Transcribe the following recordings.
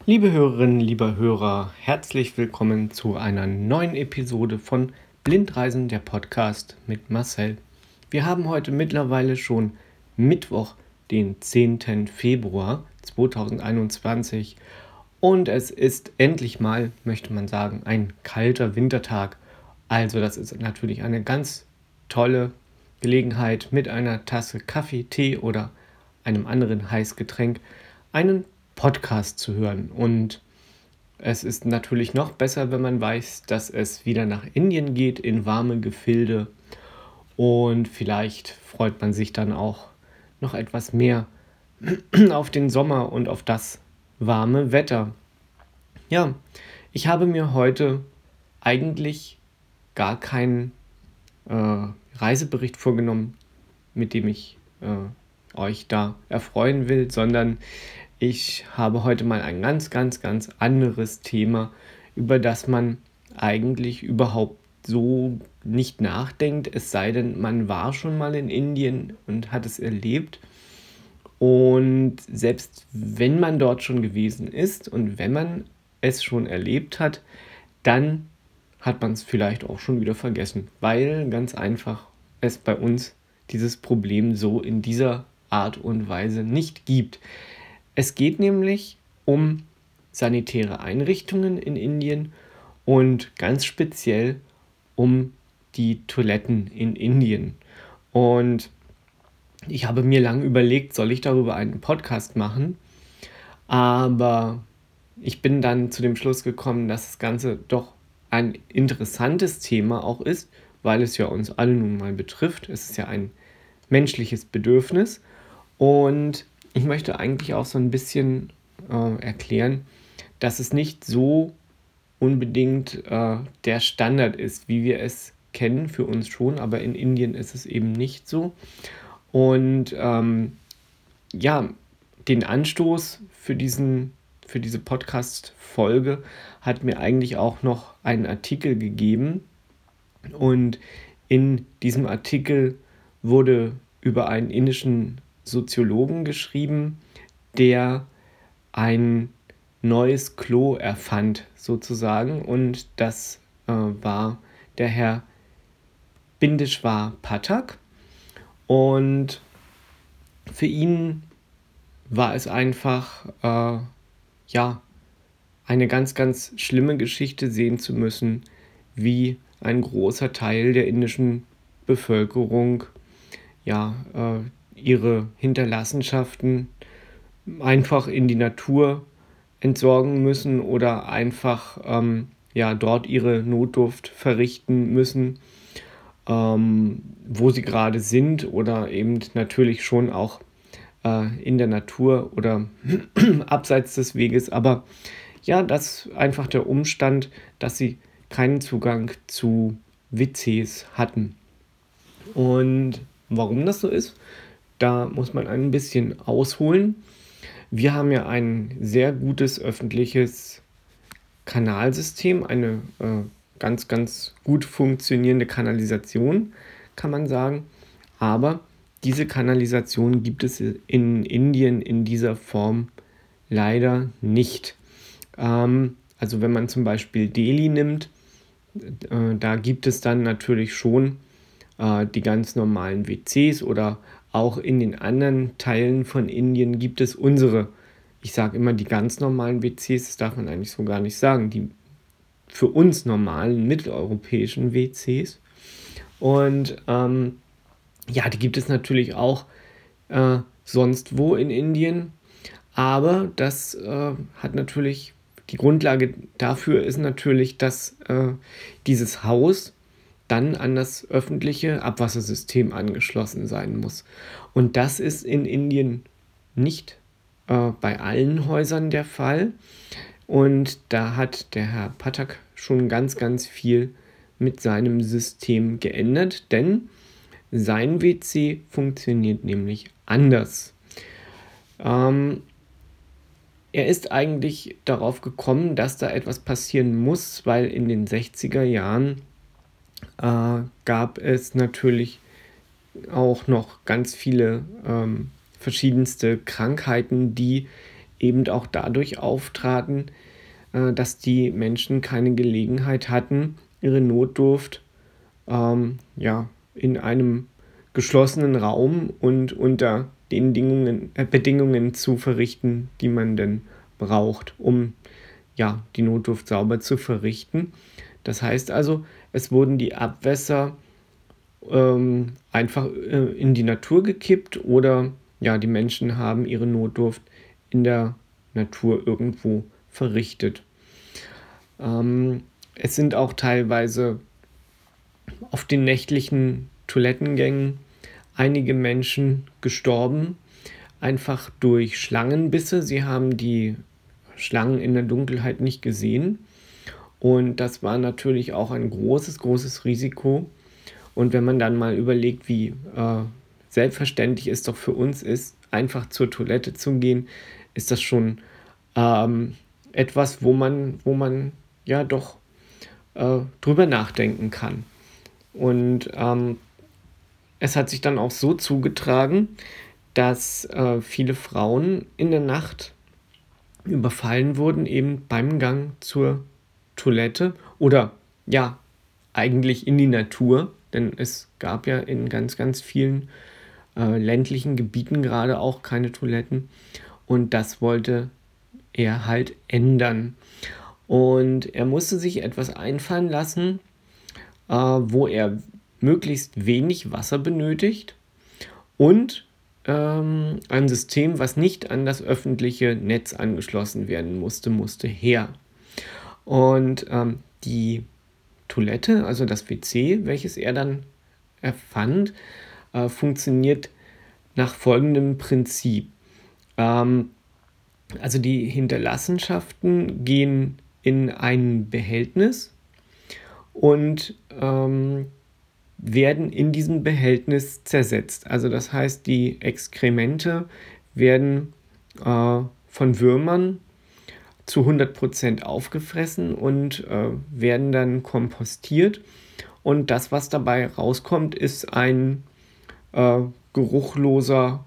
Liebe Hörerinnen, lieber Hörer, herzlich willkommen zu einer neuen Episode von Blindreisen, der Podcast mit Marcel. Wir haben heute mittlerweile schon Mittwoch, den 10. Februar 2021 und es ist endlich mal, möchte man sagen, ein kalter Wintertag. Also das ist natürlich eine ganz tolle Gelegenheit, mit einer Tasse Kaffee, Tee oder einem anderen Heißgetränk einen Podcast zu hören. Und es ist natürlich noch besser, wenn man weiß, dass es wieder nach Indien geht, in warme Gefilde. Und vielleicht freut man sich dann auch noch etwas mehr auf den Sommer und auf das warme Wetter. Ja, ich habe mir heute eigentlich gar keinen Reisebericht vorgenommen, mit dem ich euch da erfreuen will, sondern ich habe heute mal ein ganz anderes Thema, über das man eigentlich überhaupt so nicht nachdenkt, es sei denn, man war schon mal in Indien und hat es erlebt. Und selbst wenn man dort schon gewesen ist und wenn man es schon erlebt hat, dann hat man es vielleicht auch schon wieder vergessen, weil ganz einfach es bei uns dieses Problem so in dieser Art und Weise nicht gibt. Es geht nämlich um sanitäre Einrichtungen in Indien und ganz speziell um die Toiletten in Indien. Und ich habe mir lange überlegt, soll ich darüber einen Podcast machen? Aber ich bin dann zu dem Schluss gekommen, dass das Ganze doch ein interessantes Thema auch ist, weil es ja uns alle nun mal betrifft. Es ist ja ein menschliches Bedürfnis. Und ich möchte eigentlich auch so ein bisschen erklären, dass es nicht so unbedingt der Standard ist, wie wir es kennen, für uns schon, aber in Indien ist es eben nicht so. Und ja, den Anstoß für diese Podcast-Folge hat mir eigentlich auch noch ein Artikel gegeben. Und in diesem Artikel wurde über einen indischen Soziologen geschrieben, der ein neues Klo erfand, sozusagen. Und das war der Herr Bindeshwar Pathak. Und für ihn war es einfach, ja, eine ganz schlimme Geschichte sehen zu müssen, wie ein großer Teil der indischen Bevölkerung ja, ihre Hinterlassenschaften einfach in die Natur entsorgen müssen oder einfach ja, dort ihre Notdurft verrichten müssen, wo sie gerade sind oder eben natürlich schon auch in der Natur oder abseits des Weges. Aber ja, das ist einfach der Umstand, dass sie keinen Zugang zu WCs hatten. Und warum das so ist, da muss man ein bisschen ausholen. Wir haben ja ein sehr gutes öffentliches Kanalsystem, eine ganz gut funktionierende Kanalisation, kann man sagen. Aber diese Kanalisation gibt es in Indien in dieser Form leider nicht. Also wenn man zum Beispiel Delhi nimmt, da gibt es dann natürlich schon die ganz normalen WCs oder auch in den anderen Teilen von Indien gibt es ich sage immer die ganz normalen WCs, das darf man eigentlich so gar nicht sagen, die für uns normalen mitteleuropäischen WCs. Und ja, die gibt es natürlich auch sonst wo in Indien, aber das hat natürlich, die Grundlage dafür ist natürlich, dass dieses Haus dann an das öffentliche Abwassersystem angeschlossen sein muss. Und das ist in Indien nicht bei allen Häusern der Fall. Und da hat der Herr Pathak schon ganz viel mit seinem System geändert, denn sein WC funktioniert nämlich anders. Er ist eigentlich darauf gekommen, dass da etwas passieren muss, weil in den 60er Jahren gab es natürlich auch noch ganz viele verschiedenste Krankheiten, die eben auch dadurch auftraten, dass die Menschen keine Gelegenheit hatten, ihre Notdurft in einem geschlossenen Raum und unter den Bedingungen zu verrichten, die man denn braucht, um die Notdurft sauber zu verrichten. Das heißt also, es wurden die Abwässer einfach in die Natur gekippt oder die Menschen haben ihre Notdurft in der Natur irgendwo verrichtet. Es sind auch teilweise auf den nächtlichen Toilettengängen einige Menschen gestorben, einfach durch Schlangenbisse. Sie haben die Schlangen in der Dunkelheit nicht gesehen. Und das war natürlich auch ein großes Risiko. Und wenn man dann mal überlegt, wie selbstverständlich es doch für uns ist, einfach zur Toilette zu gehen, ist das schon etwas, wo man ja doch drüber nachdenken kann. Und es hat sich dann auch so zugetragen, dass viele Frauen in der Nacht überfallen wurden, eben beim Gang zur Toilette oder eigentlich in die Natur, denn es gab ja in ganz vielen ländlichen Gebieten gerade auch keine Toiletten und das wollte er halt ändern. Und er musste sich etwas einfallen lassen, wo er möglichst wenig Wasser benötigt und ein System, was nicht an das öffentliche Netz angeschlossen werden musste her. Und die Toilette, also das WC, welches er dann erfand, funktioniert nach folgendem Prinzip. Also die Hinterlassenschaften gehen in ein Behältnis und werden in diesem Behältnis zersetzt. Also das heißt, die Exkremente werden von Würmern zu 100% aufgefressen und werden dann kompostiert. Und das, was dabei rauskommt, ist ein geruchloser,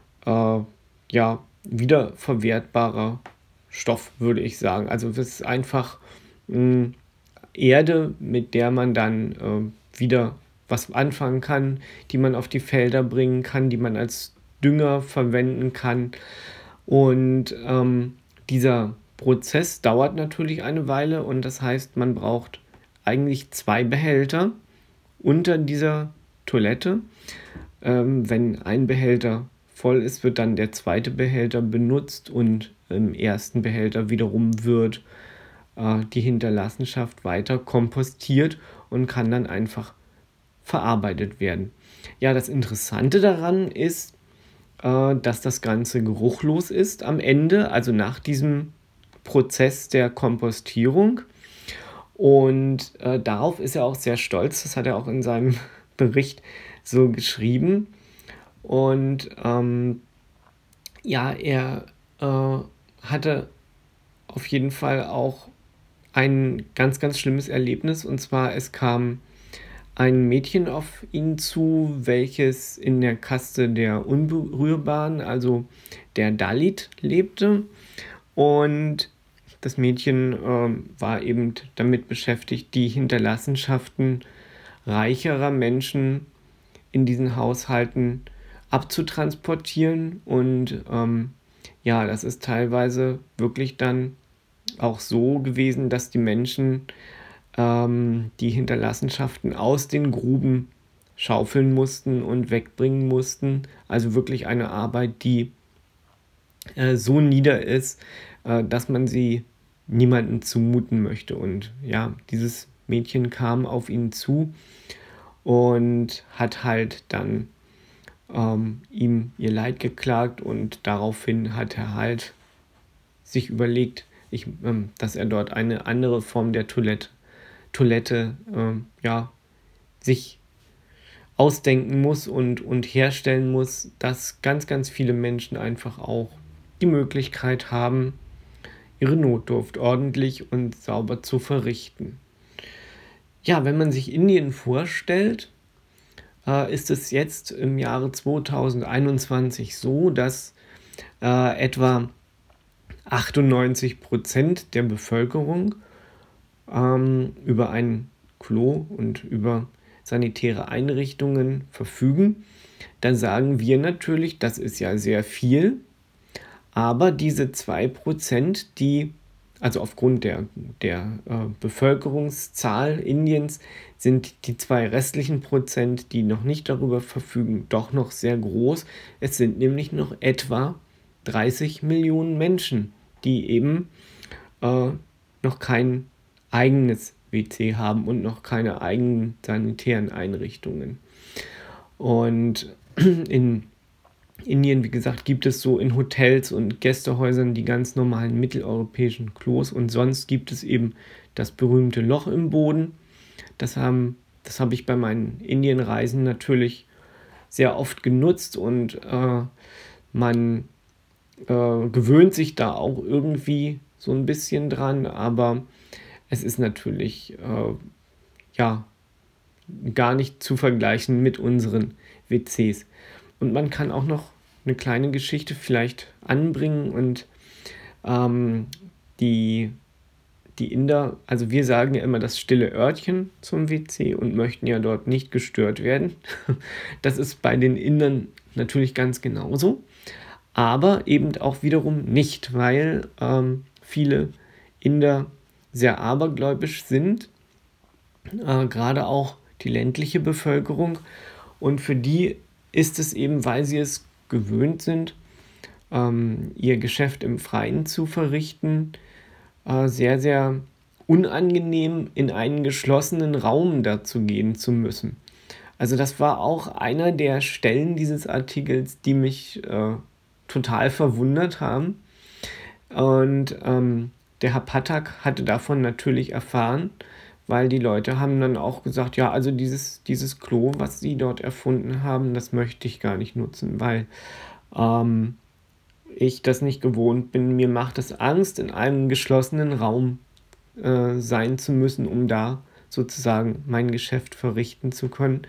wiederverwertbarer Stoff, würde ich sagen. Also das ist einfach Erde, mit der man dann wieder was anfangen kann, die man auf die Felder bringen kann, die man als Dünger verwenden kann. Und dieser Prozess dauert natürlich eine Weile und das heißt, man braucht eigentlich 2 Behälter unter dieser Toilette. Wenn ein Behälter voll ist, wird dann der zweite Behälter benutzt und im ersten Behälter wiederum wird die Hinterlassenschaft weiter kompostiert und kann dann einfach verarbeitet werden. Ja, das Interessante daran ist, dass das Ganze geruchlos ist am Ende, also nach diesem Prozess der Kompostierung. Und darauf ist er auch sehr stolz. Das hat er auch in seinem Bericht so geschrieben. Und er hatte auf jeden Fall auch ein ganz schlimmes Erlebnis. Und zwar, es kam ein Mädchen auf ihn zu, welches in der Kaste der Unberührbaren, also der Dalit, lebte. Und das Mädchen war eben damit beschäftigt, die Hinterlassenschaften reicherer Menschen in diesen Haushalten abzutransportieren. Und das ist teilweise wirklich dann auch so gewesen, dass die Menschen die Hinterlassenschaften aus den Gruben schaufeln mussten und wegbringen mussten. Also wirklich eine Arbeit, die so nieder ist, dass man sie niemandem zumuten möchte. Und dieses Mädchen kam auf ihn zu und hat halt dann ihm ihr Leid geklagt und daraufhin hat er halt sich überlegt, dass er dort eine andere Form der Toilette sich ausdenken muss und herstellen muss, dass ganz viele Menschen einfach auch die Möglichkeit haben, ihre Notdurft ordentlich und sauber zu verrichten. Ja, wenn man sich Indien vorstellt, ist es jetzt im Jahre 2021 so, dass etwa 98% der Bevölkerung über ein Klo und über sanitäre Einrichtungen verfügen, dann sagen wir natürlich, das ist ja sehr viel, aber diese 2%, also aufgrund der Bevölkerungszahl Indiens, sind die 2 restlichen Prozent, die noch nicht darüber verfügen, doch noch sehr groß. Es sind nämlich noch etwa 30 Millionen Menschen, die eben noch kein eigenes WC haben und noch keine eigenen sanitären Einrichtungen. Und in Indien, wie gesagt, gibt es so in Hotels und Gästehäusern die ganz normalen mitteleuropäischen Klos und sonst gibt es eben das berühmte Loch im Boden. Das habe ich bei meinen Indienreisen natürlich sehr oft genutzt und man gewöhnt sich da auch irgendwie so ein bisschen dran, aber es ist natürlich gar nicht zu vergleichen mit unseren WCs. Und man kann auch noch eine kleine Geschichte vielleicht anbringen und die Inder, also wir sagen ja immer das stille Örtchen zum WC und möchten ja dort nicht gestört werden. Das ist bei den Indern natürlich ganz genauso, aber eben auch wiederum nicht, weil viele Inder sehr abergläubisch sind, gerade auch die ländliche Bevölkerung. Und für die ist es eben, weil sie es gewöhnt sind, ihr Geschäft im Freien zu verrichten, sehr, sehr unangenehm, in einen geschlossenen Raum dazu gehen zu müssen. Also das war auch einer der Stellen dieses Artikels, die mich total verwundert haben. Und der Herr Pathak hatte davon natürlich erfahren, weil die Leute haben dann auch gesagt, ja, also dieses Klo, was sie dort erfunden haben, das möchte ich gar nicht nutzen, weil ich das nicht gewohnt bin. Mir macht es Angst, in einem geschlossenen Raum sein zu müssen, um da sozusagen mein Geschäft verrichten zu können.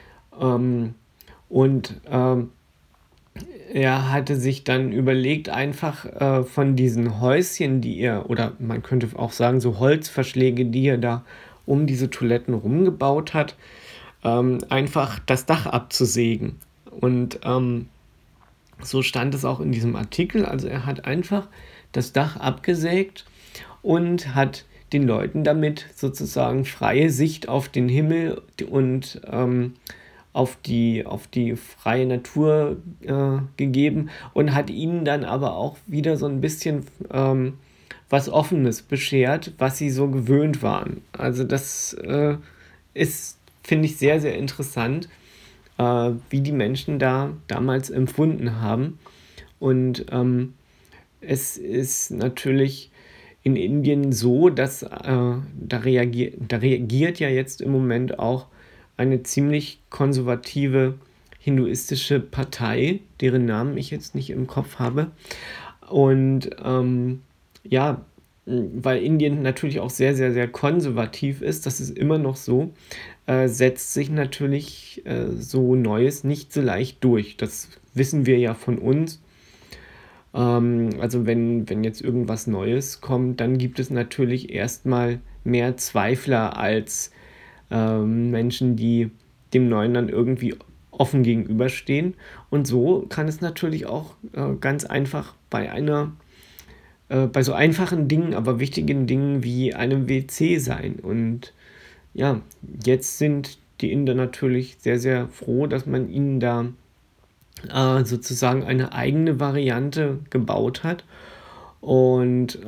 Er hatte sich dann überlegt, einfach von diesen Häuschen, oder man könnte auch sagen, so Holzverschläge, die er da um diese Toiletten rumgebaut hat, einfach das Dach abzusägen. Und so stand es auch in diesem Artikel. Also er hat einfach das Dach abgesägt und hat den Leuten damit sozusagen freie Sicht auf den Himmel und auf die freie Natur gegeben und hat ihnen dann aber auch wieder so ein bisschen was Offenes beschert, was sie so gewöhnt waren. Also das ist, finde ich, sehr, sehr interessant, wie die Menschen da damals empfunden haben. Und es ist natürlich in Indien so, dass da reagiert ja jetzt im Moment auch eine ziemlich konservative hinduistische Partei, deren Namen ich jetzt nicht im Kopf habe. Und weil Indien natürlich auch sehr, sehr, sehr konservativ ist, das ist immer noch so, setzt sich natürlich so Neues nicht so leicht durch. Das wissen wir ja von uns. Also wenn jetzt irgendwas Neues kommt, dann gibt es natürlich erstmal mehr Zweifler als Menschen, die dem Neuen dann irgendwie offen gegenüberstehen. Und so kann es natürlich auch ganz einfach bei so einfachen Dingen, aber wichtigen Dingen wie einem WC sein. Und ja, jetzt sind die Inder natürlich sehr, sehr froh, dass man ihnen da sozusagen eine eigene Variante gebaut hat. Und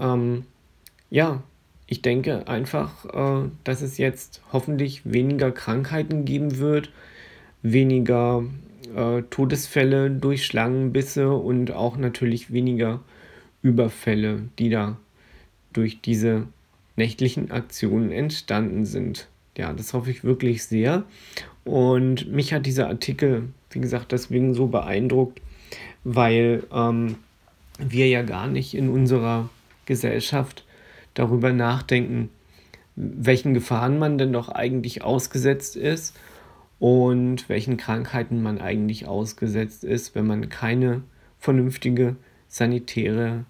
ich denke einfach, dass es jetzt hoffentlich weniger Krankheiten geben wird, weniger Todesfälle durch Schlangenbisse und auch natürlich weniger Überfälle, die da durch diese nächtlichen Aktionen entstanden sind. Ja, das hoffe ich wirklich sehr. Und mich hat dieser Artikel, wie gesagt, deswegen so beeindruckt, weil wir ja gar nicht in unserer Gesellschaft darüber nachdenken, welchen Gefahren man denn doch eigentlich ausgesetzt ist und welchen Krankheiten man eigentlich ausgesetzt ist, wenn man keine vernünftige sanitäre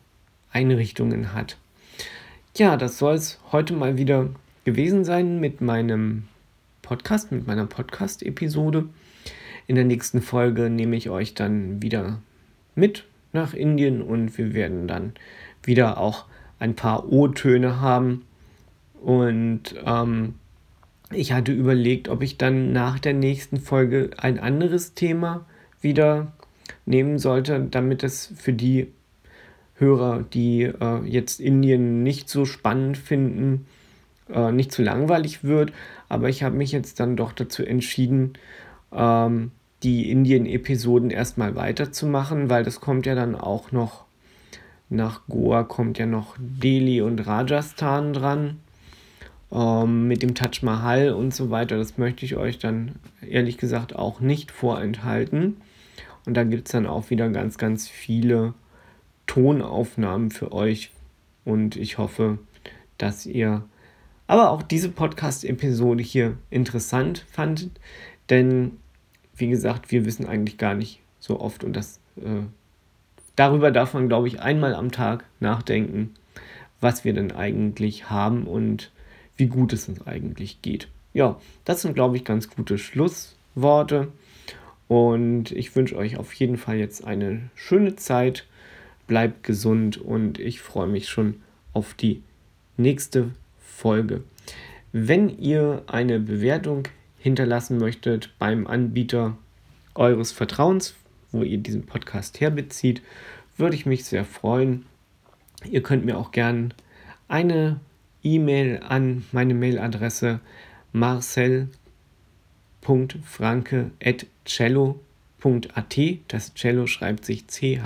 Einrichtungen hat. Ja, das soll es heute mal wieder gewesen sein mit meinem Podcast, mit meiner Podcast-Episode. In der nächsten Folge nehme ich euch dann wieder mit nach Indien und wir werden dann wieder auch ein paar O-Töne haben. Und ich hatte überlegt, ob ich dann nach der nächsten Folge ein anderes Thema wieder nehmen sollte, damit es für die Hörer, die jetzt Indien nicht so spannend finden, nicht zu langweilig wird. Aber ich habe mich jetzt dann doch dazu entschieden, die Indien-Episoden erstmal weiterzumachen, weil das kommt ja dann auch noch, nach Goa kommt ja noch Delhi und Rajasthan dran, mit dem Taj Mahal und so weiter. Das möchte ich euch dann ehrlich gesagt auch nicht vorenthalten. Und da gibt es dann auch wieder ganz, ganz viele Tonaufnahmen für euch. Und ich hoffe, dass ihr aber auch diese Podcast-Episode hier interessant fandet. Denn, wie gesagt, wir wissen eigentlich gar nicht so oft und darüber darf man, glaube ich, einmal am Tag nachdenken, was wir denn eigentlich haben und wie gut es uns eigentlich geht. Ja, das sind, glaube ich, ganz gute Schlussworte. Und ich wünsche euch auf jeden Fall jetzt eine schöne Zeit. Bleibt gesund und ich freue mich schon auf die nächste Folge. Wenn ihr eine Bewertung hinterlassen möchtet beim Anbieter eures Vertrauens, wo ihr diesen Podcast herbezieht, würde ich mich sehr freuen. Ihr könnt mir auch gern eine E-Mail an meine Mailadresse marcel.franke@cello.at, das Cello schreibt sich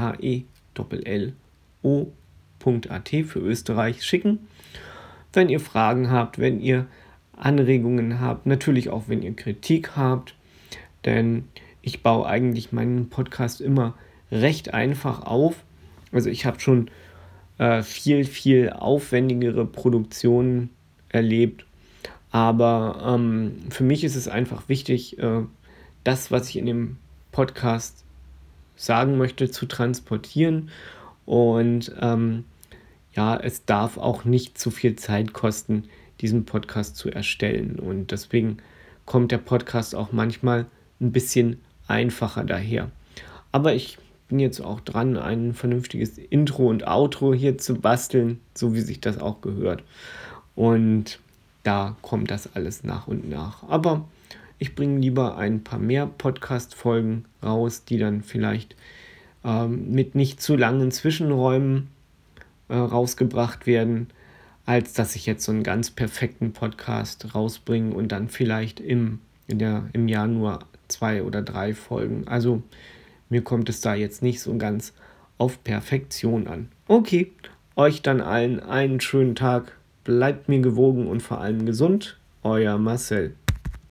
CHELLO.at für Österreich, schicken. Wenn ihr Fragen habt, wenn ihr Anregungen habt, natürlich auch wenn ihr Kritik habt, denn ich baue eigentlich meinen Podcast immer recht einfach auf. Also ich habe schon viel aufwendigere Produktionen erlebt, aber für mich ist es einfach wichtig, das, was ich in dem Podcast sagen möchte, zu transportieren und es darf auch nicht zu viel Zeit kosten, diesen Podcast zu erstellen und deswegen kommt der Podcast auch manchmal ein bisschen einfacher daher. Aber ich bin jetzt auch dran, ein vernünftiges Intro und Outro hier zu basteln, so wie sich das auch gehört. Und da kommt das alles nach und nach. Aber ich bringe lieber ein paar mehr Podcast-Folgen raus, die dann vielleicht mit nicht zu langen Zwischenräumen rausgebracht werden, als dass ich jetzt so einen ganz perfekten Podcast rausbringe und dann vielleicht im Jahr nur 2 oder 3 Folgen. Also mir kommt es da jetzt nicht so ganz auf Perfektion an. Okay, euch dann allen einen schönen Tag. Bleibt mir gewogen und vor allem gesund. Euer Marcel.